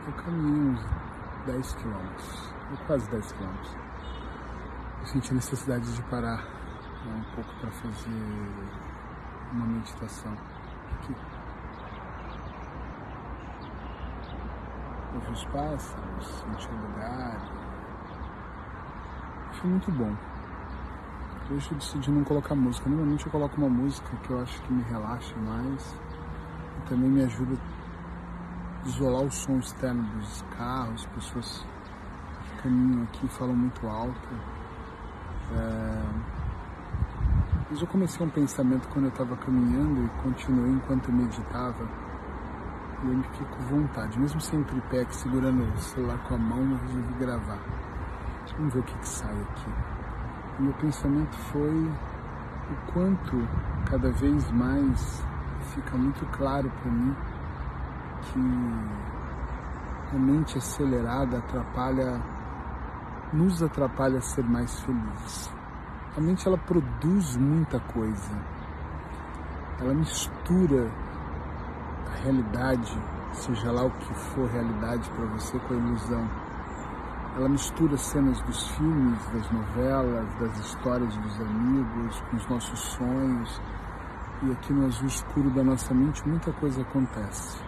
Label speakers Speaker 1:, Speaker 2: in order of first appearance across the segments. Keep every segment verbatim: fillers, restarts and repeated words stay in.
Speaker 1: eu caminhei uns dez quilômetros, ou quase dez quilômetros. Eu senti a necessidade de parar né, um pouco para fazer uma meditação aqui. Ouvi os pássaros, senti o lugar. Foi muito bom. Hoje eu decidi não colocar música. Normalmente eu coloco uma música que eu acho que me relaxa mais e também me ajuda a isolar o som externo dos carros, pessoas que caminham aqui falam muito alto. É... Mas eu comecei um pensamento quando eu estava caminhando e continuei enquanto eu meditava. E eu me fiquei com vontade, mesmo sem tripé, que segurando o celular com a mão, eu resolvi gravar. Vamos ver o que, que sai aqui. O meu pensamento foi o quanto cada vez mais fica muito claro para mim que a mente acelerada atrapalha, nos atrapalha a ser mais felizes. A mente ela produz muita coisa, ela mistura a realidade, seja lá o que for realidade para você, com a ilusão. Ela mistura cenas dos filmes, das novelas, das histórias dos amigos, com os nossos sonhos. E aqui no azul escuro da nossa mente muita coisa acontece.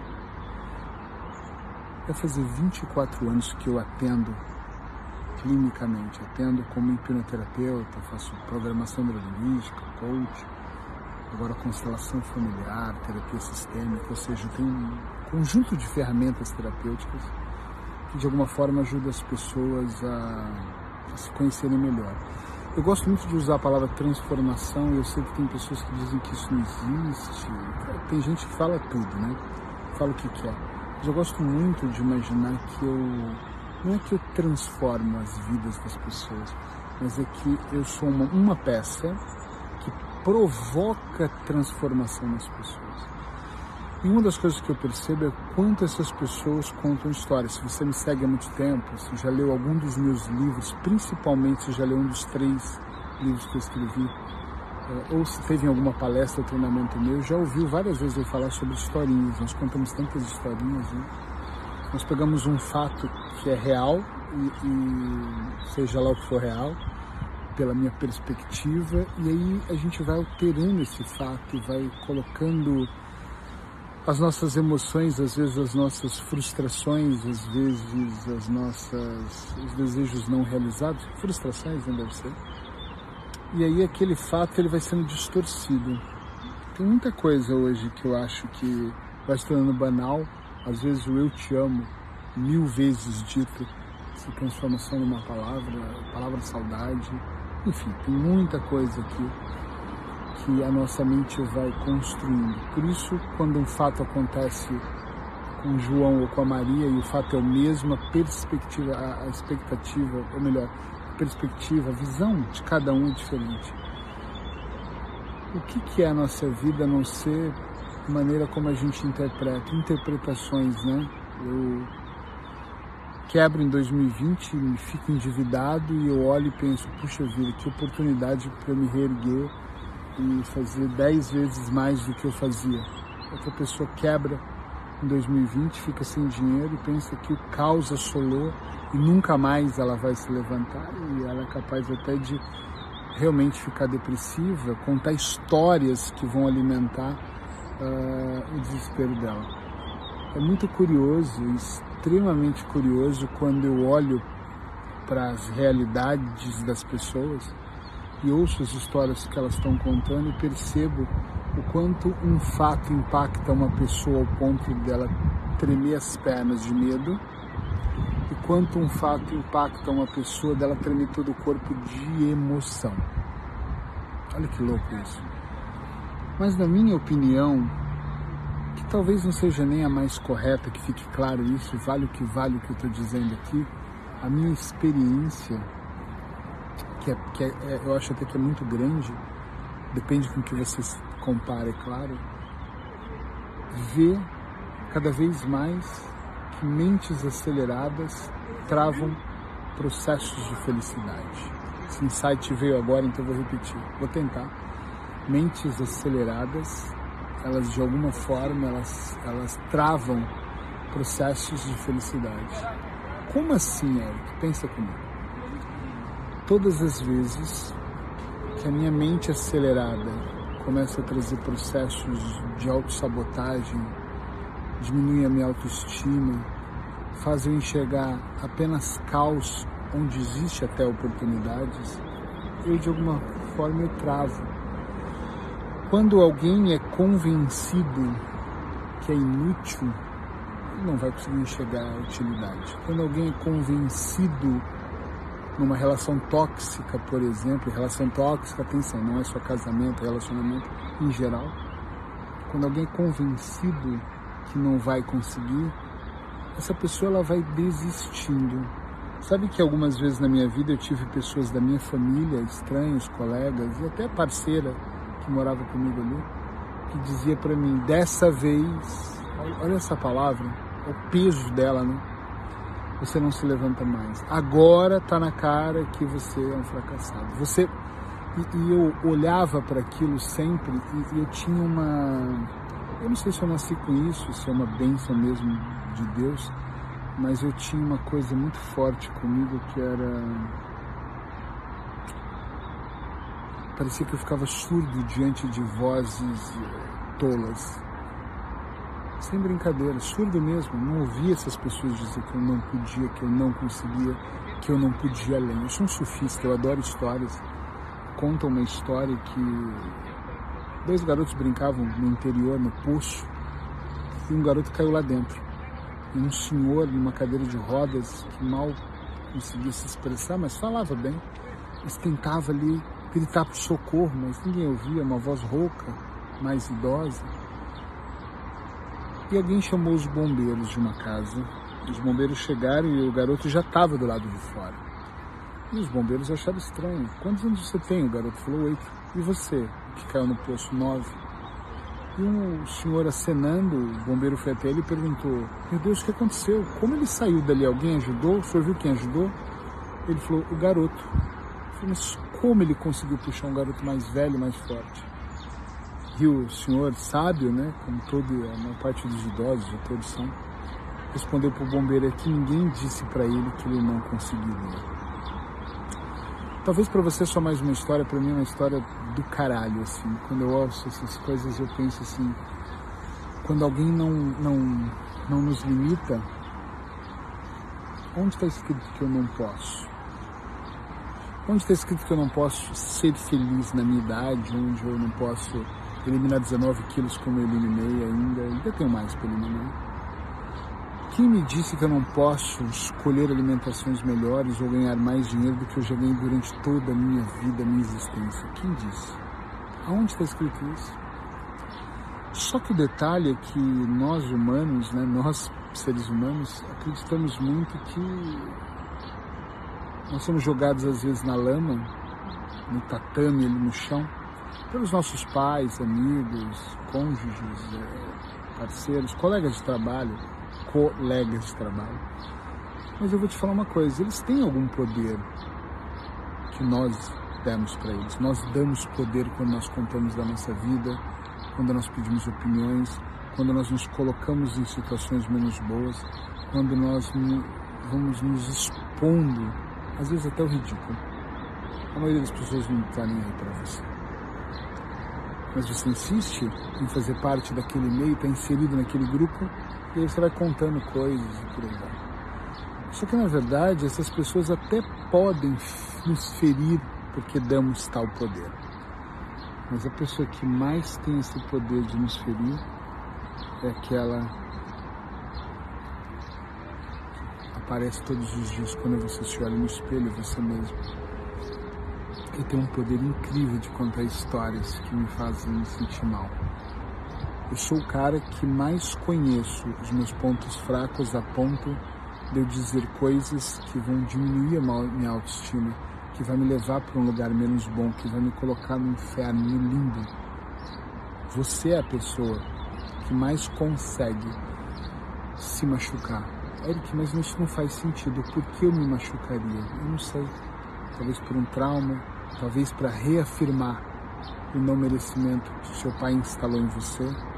Speaker 1: Vai fazer vinte e quatro anos que eu atendo clinicamente, atendo como hipnoterapeuta, faço programação neurolinguística, coach, agora constelação familiar, terapia sistêmica, ou seja, tem um conjunto de ferramentas terapêuticas que de alguma forma ajuda as pessoas a, a se conhecerem melhor. Eu gosto muito de usar a palavra transformação, e eu sei que tem pessoas que dizem que isso não existe, tem gente que fala tudo, né? Fala o que quer. Mas eu gosto muito de imaginar que eu, não é que eu transformo as vidas das pessoas, mas é que eu sou uma, uma peça que provoca transformação nas pessoas. E uma das coisas que eu percebo é quanto essas pessoas contam histórias. Se você me segue há muito tempo, se já leu algum dos meus livros, principalmente se já leu um dos três livros que eu escrevi, ou se teve em alguma palestra ou treinamento meu, já ouviu várias vezes eu falar sobre historinhas. Nós contamos tantas historinhas, né? Nós pegamos um fato que é real, e, e seja lá o que for real, pela minha perspectiva, e aí a gente vai alterando esse fato e vai colocando as nossas emoções, às vezes as nossas frustrações, às vezes as nossas, os desejos não realizados, frustrações não deve ser. E aí aquele fato ele vai sendo distorcido. Tem muita coisa hoje que eu acho que vai se tornando banal. Às vezes o eu te amo, mil vezes dito, se transforma só numa palavra, palavra saudade. Enfim, tem muita coisa aqui que a nossa mente vai construindo. Por isso, quando um fato acontece com o João ou com a Maria e o fato é o mesmo, a perspectiva, a expectativa, ou melhor, a perspectiva, a visão de cada um é diferente. O que, que é a nossa vida a não ser a maneira como a gente interpreta? Interpretações, né? Eu quebro em dois mil e vinte, me fico endividado e eu olho e penso, puxa vida, que oportunidade para eu me reerguer e fazer dez vezes mais do que eu fazia. Outra pessoa quebra em dois mil e vinte, fica sem dinheiro e pensa que o caos assolou e nunca mais ela vai se levantar, e ela é capaz até de realmente ficar depressiva, contar histórias que vão alimentar uh, o desespero dela. É muito curioso, extremamente curioso, quando eu olho para as realidades das pessoas e ouço as histórias que elas estão contando e percebo o quanto um fato impacta uma pessoa ao ponto dela tremer as pernas de medo, e quanto um fato impacta uma pessoa dela tremer todo o corpo de emoção. Olha que louco isso. Mas na minha opinião, que talvez não seja nem a mais correta, que fique claro isso, vale o que vale o que eu estou dizendo aqui, a minha experiência, que, é, que é, eu acho até que é muito grande, depende com o que você compara, é claro, vê cada vez mais que mentes aceleradas travam processos de felicidade. Esse insight veio agora, então eu vou repetir, vou tentar. Mentes aceleradas, elas de alguma forma, elas, elas travam processos de felicidade. Como assim, Eric? Pensa comigo. Todas as vezes que a minha mente acelerada começa a trazer processos de autossabotagem, diminui a minha autoestima, faz eu enxergar apenas caos onde existe até oportunidades, eu de alguma forma eu travo. Quando alguém é convencido que é inútil, ele não vai conseguir enxergar a utilidade. Quando alguém é convencido numa relação tóxica, por exemplo, relação tóxica, atenção, não é só casamento, é relacionamento em geral. Quando alguém é convencido que não vai conseguir, essa pessoa ela vai desistindo. Sabe que algumas vezes na minha vida eu tive pessoas da minha família, estranhos, colegas e até parceira que morava comigo ali, que dizia para mim, dessa vez, olha essa palavra, o peso dela, né? Você não se levanta mais. Agora tá na cara que você é um fracassado. Você e, e eu olhava para aquilo sempre e, e eu tinha uma, eu não sei se eu nasci com isso, se é uma bênção mesmo de Deus, mas eu tinha uma coisa muito forte comigo que era, parecia que eu ficava surdo diante de vozes tolas. Sem brincadeira, surdo mesmo, não ouvia essas pessoas dizer que eu não podia, que eu não conseguia, que eu não podia além. Eu sou um sufista, eu adoro histórias. Conta uma história que dois garotos brincavam no interior, no poço, e um garoto caiu lá dentro. E um senhor numa cadeira de rodas, que mal conseguia se expressar, mas falava bem, mas tentava ali gritar por socorro, mas ninguém ouvia, uma voz rouca, mais idosa. E alguém chamou os bombeiros de uma casa. Os bombeiros chegaram e o garoto já estava do lado de fora. E os bombeiros acharam estranho. Quantos anos você tem? O garoto falou, oito. E você, que caiu no poço, nove? E um senhor acenando, o bombeiro foi até ele e perguntou, meu Deus, o que aconteceu? Como ele saiu dali? Alguém ajudou? O senhor viu quem ajudou? Ele falou, o garoto. Eu falei, mas como ele conseguiu puxar um garoto mais velho, mais forte? E o senhor sábio, né, como toda a maior parte dos idosos, já todos são, respondeu para o bombeiro que ninguém disse para ele que ele não conseguiria. Talvez para você só mais uma história, para mim é uma história do caralho, assim. Quando eu ouço essas coisas eu penso assim, quando alguém não, não, não nos limita, onde está escrito que eu não posso? Onde está escrito que eu não posso ser feliz na minha idade, onde eu não posso eliminar dezenove quilos como eu eliminei ainda, ainda tenho mais para eliminar. Quem me disse que eu não posso escolher alimentações melhores ou ganhar mais dinheiro do que eu já ganhei durante toda a minha vida, a minha existência? Quem disse? Aonde está escrito isso? Só que o detalhe é que nós humanos, né, nós seres humanos, acreditamos muito que nós somos jogados às vezes na lama, no tatame, ali no chão, pelos nossos pais, amigos, cônjuges, parceiros, colegas de trabalho, colegas de trabalho. Mas eu vou te falar uma coisa, eles têm algum poder que nós demos para eles. Nós damos poder quando nós contamos da nossa vida, quando nós pedimos opiniões, quando nós nos colocamos em situações menos boas, quando nós vamos nos expondo, às vezes até o ridículo. A maioria das pessoas não está nem aí para você. Mas você insiste em fazer parte daquele meio, está inserido naquele grupo, e aí você vai contando coisas e por aí vai. Só que na verdade essas pessoas até podem nos ferir porque damos tal poder. Mas a pessoa que mais tem esse poder de nos ferir é aquela que aparece todos os dias quando você se olha no espelho, você mesmo. E tem um poder incrível de contar histórias que me fazem me sentir mal. Eu sou o cara que mais conheço os meus pontos fracos a ponto de eu dizer coisas que vão diminuir a minha autoestima, que vai me levar para um lugar menos bom, que vai me colocar no inferno, no limbo. Você é a pessoa que mais consegue se machucar. Eric, mas isso não faz sentido. Por que eu me machucaria? Eu não sei. Talvez por um trauma, talvez para reafirmar o não merecimento que seu pai instalou em você,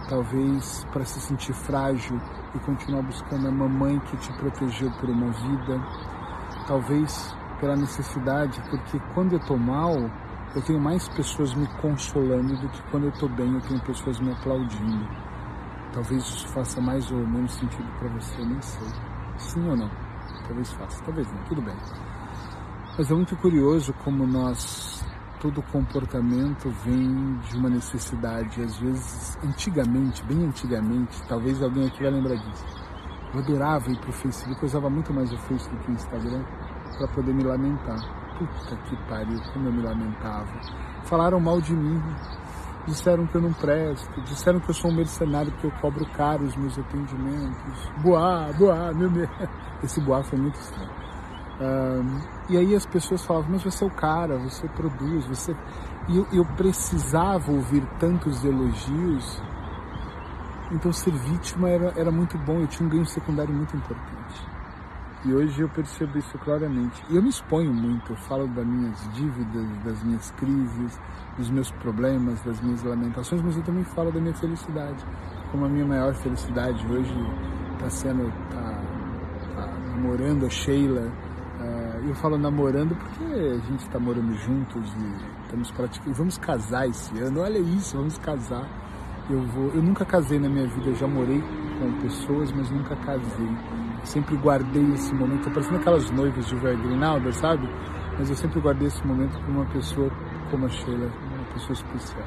Speaker 1: talvez para se sentir frágil e continuar buscando a mamãe que te protegeu por uma vida, talvez pela necessidade, porque quando eu tô mal, eu tenho mais pessoas me consolando do que quando eu tô bem, eu tenho pessoas me aplaudindo. Talvez isso faça mais ou menos sentido para você, eu nem sei. Sim ou não? Talvez faça, talvez não, tudo bem. Mas é muito curioso como nós, todo comportamento vem de uma necessidade. Às vezes, antigamente, bem antigamente, talvez alguém aqui vai lembrar disso. Eu adorava ir pro Facebook, eu usava muito mais o Facebook do que o Instagram para poder me lamentar. Puta que pariu, como eu me lamentava. Falaram mal de mim, disseram que eu não presto, disseram que eu sou um mercenário porque eu cobro caro os meus atendimentos. Boa, boa, meu Deus. Esse boa foi muito estranho. Um, e aí as pessoas falavam, mas você é o cara, você produz, você... E eu, eu precisava ouvir tantos elogios, então ser vítima era, era muito bom, eu tinha um ganho secundário muito importante. E hoje eu percebo isso claramente. E eu me exponho muito, eu falo das minhas dívidas, das minhas crises, dos meus problemas, das minhas lamentações, mas eu também falo da minha felicidade. Como a minha maior felicidade hoje está sendo, tá, tá namorando a Sheila. Uh, eu falo namorando porque a gente está morando juntos e estamos praticando. Vamos casar esse ano, olha isso, vamos casar. Eu, vou, eu nunca casei na minha vida, eu já morei com pessoas, mas nunca casei. Eu sempre guardei esse momento, parecendo aquelas noivas de Uwe Grinalda, sabe? Mas eu sempre guardei esse momento para uma pessoa como a Sheila, uma pessoa especial.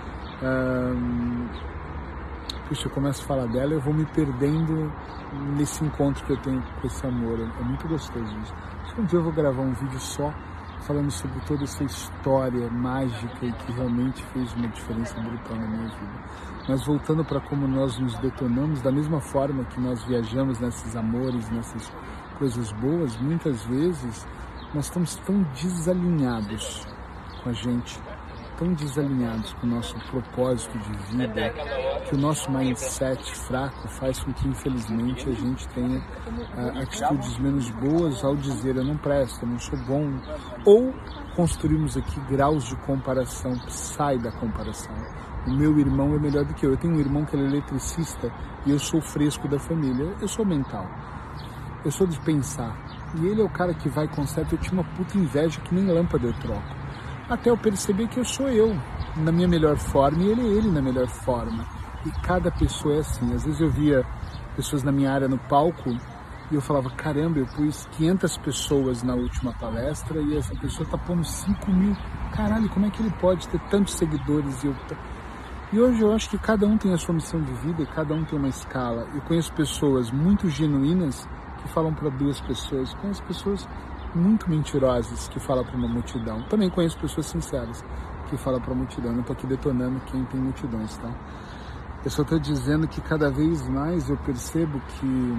Speaker 1: Um, puxa, eu começo a falar dela, eu vou me perdendo nesse encontro que eu tenho com esse amor. É muito gostoso isso. Acho que um dia eu vou gravar um vídeo só falando sobre toda essa história mágica e que realmente fez uma diferença brutal na minha vida. Mas voltando para como nós nos detonamos, da mesma forma que nós viajamos nesses amores, nessas coisas boas, muitas vezes nós estamos tão desalinhados com a gente, tão desalinhados com o nosso propósito de vida, que o nosso mindset fraco faz com que, infelizmente, a gente tenha uh, atitudes menos boas ao dizer eu não presto, eu não sou bom, ou construímos aqui graus de comparação, sai da comparação. O meu irmão é melhor do que eu. Eu tenho um irmão que ele é eletricista e eu sou o fresco da família. Eu sou mental. Eu sou de pensar. E ele é o cara que vai conserta. Eu tinha uma puta inveja que nem lâmpada eu troco. Até eu perceber que eu sou eu na minha melhor forma e ele é ele na melhor forma. E cada pessoa é assim. Às vezes eu via pessoas na minha área no palco e eu falava, caramba, eu pus quinhentas pessoas na última palestra e essa pessoa tá pondo cinco mil. Caralho, como é que ele pode ter tantos seguidores e eu... E hoje eu acho que cada um tem a sua missão de vida e cada um tem uma escala. Eu conheço pessoas muito genuínas que falam para duas pessoas. Conheço pessoas muito mentirosas que falam para uma multidão. Também conheço pessoas sinceras que falam para a multidão. Eu não estou aqui detonando quem tem multidões, tá? Eu só estou dizendo que cada vez mais eu percebo que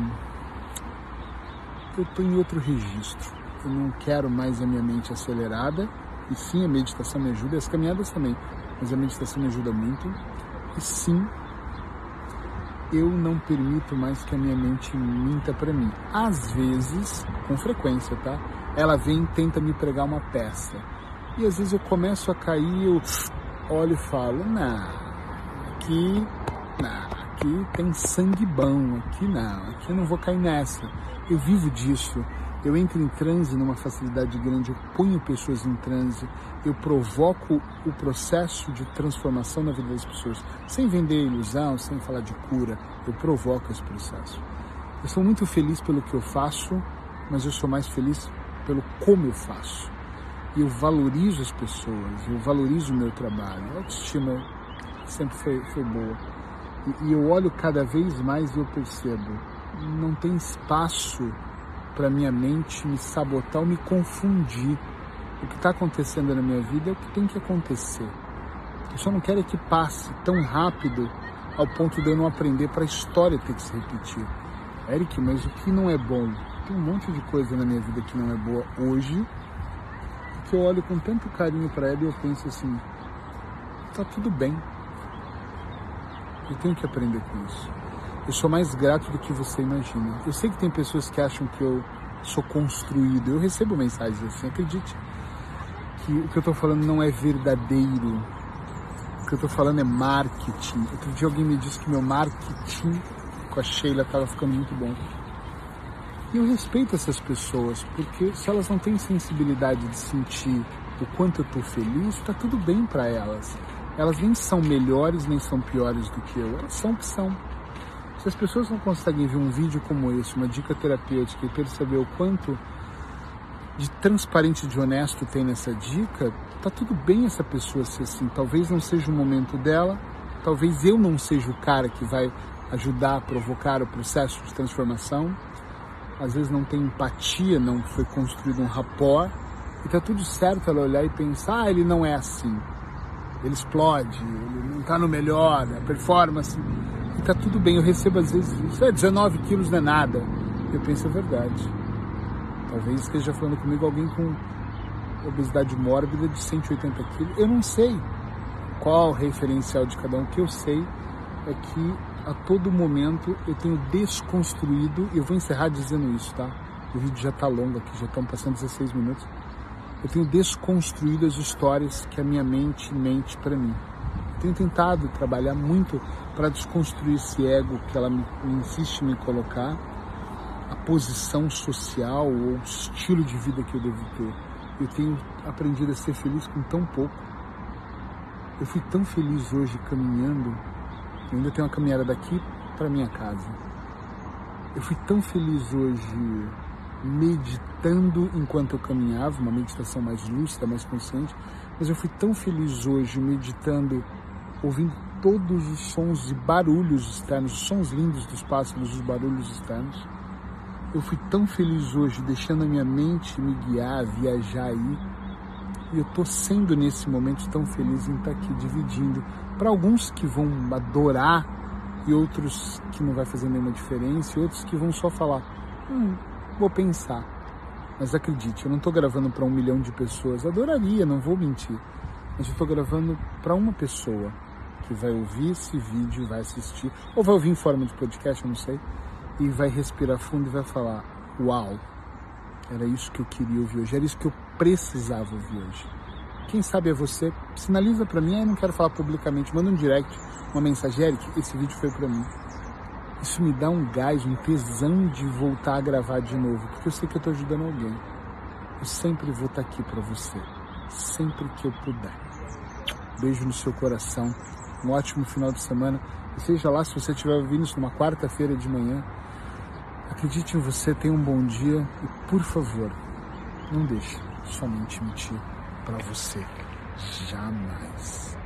Speaker 1: eu estou em outro registro. Eu não quero mais a minha mente acelerada. E sim, a meditação me ajuda, e as caminhadas também. Mas a meditação me ajuda muito. E sim, eu não permito mais que a minha mente minta para mim. Às vezes, com frequência, tá? Ela vem e tenta me pregar uma peça. E às vezes eu começo a cair, eu olho e falo, não, aqui, não, aqui tem sangue bom, aqui não, aqui eu não vou cair nessa. Eu vivo disso. Eu entro em transe numa facilidade grande, eu ponho pessoas em transe, eu provoco o processo de transformação na vida das pessoas, sem vender ilusão, sem falar de cura, eu provoco esse processo. Eu sou muito feliz pelo que eu faço, mas eu sou mais feliz pelo como eu faço. E eu valorizo as pessoas, eu valorizo o meu trabalho, a autoestima sempre foi, foi boa. E, e eu olho cada vez mais e eu percebo, não tem espaço para minha mente me sabotar ou me confundir. O que está acontecendo na minha vida é o que tem que acontecer. Eu só não quero é que passe tão rápido ao ponto de eu não aprender para a história ter que se repetir. Eric, mas o que não é bom? Tem um monte de coisa na minha vida que não é boa hoje, que eu olho com tanto carinho para ela e eu penso assim, tá tudo bem. Eu tenho que aprender com isso. Eu sou mais grato do que você imagina. Eu sei que tem pessoas que acham que eu sou construído. Eu recebo mensagens assim, acredite. Que o que eu estou falando não é verdadeiro. O que eu tô falando é marketing. Outro dia alguém me disse que meu marketing com a Sheila estava ficando muito bom. E eu respeito essas pessoas, porque se elas não têm sensibilidade de sentir o quanto eu tô feliz, tá tudo bem para elas. Elas nem são melhores, nem são piores do que eu. Elas são o que são. Se as pessoas não conseguem ver um vídeo como esse, uma dica terapêutica, e perceber o quanto de transparente e de honesto tem nessa dica, tá tudo bem essa pessoa ser assim. Talvez não seja o momento dela, talvez eu não seja o cara que vai ajudar a provocar o processo de transformação. Às vezes não tem empatia, não foi construído um rapport, e tá tudo certo ela olhar e pensar, ah, ele não é assim. Ele explode, ele não tá no melhor, a performance, e tá tudo bem. Eu recebo às vezes isso, é, dezenove quilos não é nada. Eu penso, é verdade. Talvez esteja falando comigo alguém com obesidade mórbida de cento e oitenta quilos. Eu não sei qual o referencial de cada um. O que eu sei é que a todo momento eu tenho desconstruído, e eu vou encerrar dizendo isso, tá? O vídeo já tá longo aqui, já estão passando dezesseis minutos. Eu tenho desconstruído as histórias que a minha mente mente para mim. Eu tenho tentado trabalhar muito para desconstruir esse ego que ela me, me insiste em me colocar, a posição social ou o estilo de vida que eu devo ter. Eu tenho aprendido a ser feliz com tão pouco. Eu fui tão feliz hoje caminhando. Eu ainda tenho uma caminhada daqui para minha casa. Eu fui tão feliz hoje meditando enquanto eu caminhava, uma meditação mais lúcida, mais consciente, mas eu fui tão feliz hoje meditando, ouvindo todos os sons e barulhos externos, os sons lindos dos pássaros, os barulhos externos. Eu fui tão feliz hoje deixando a minha mente me guiar, viajar aí. E eu estou sendo nesse momento tão feliz em estar aqui dividindo. Para alguns que vão adorar e outros que não vai fazer nenhuma diferença e outros que vão só falar, hum, vou pensar. Mas acredite, eu não estou gravando para um milhão de pessoas. Adoraria, não vou mentir. Mas eu estou gravando para uma pessoa que vai ouvir esse vídeo, vai assistir, ou vai ouvir em forma de podcast, eu não sei, e vai respirar fundo e vai falar, uau, era isso que eu queria ouvir hoje, era isso que eu precisava ouvir hoje. Quem sabe é você, sinaliza para mim, aí não quero falar publicamente, manda um direct, uma mensagem, Eric, esse vídeo foi para mim. Isso me dá um gás, um tesão de voltar a gravar de novo, porque eu sei que eu estou ajudando alguém. Eu sempre vou estar aqui para você, sempre que eu puder. Beijo no seu coração, um ótimo final de semana. E seja lá, se você estiver ouvindo isso numa quarta-feira de manhã, acredite em você, tenha um bom dia e, por favor, não deixe somente mentir para você. Jamais.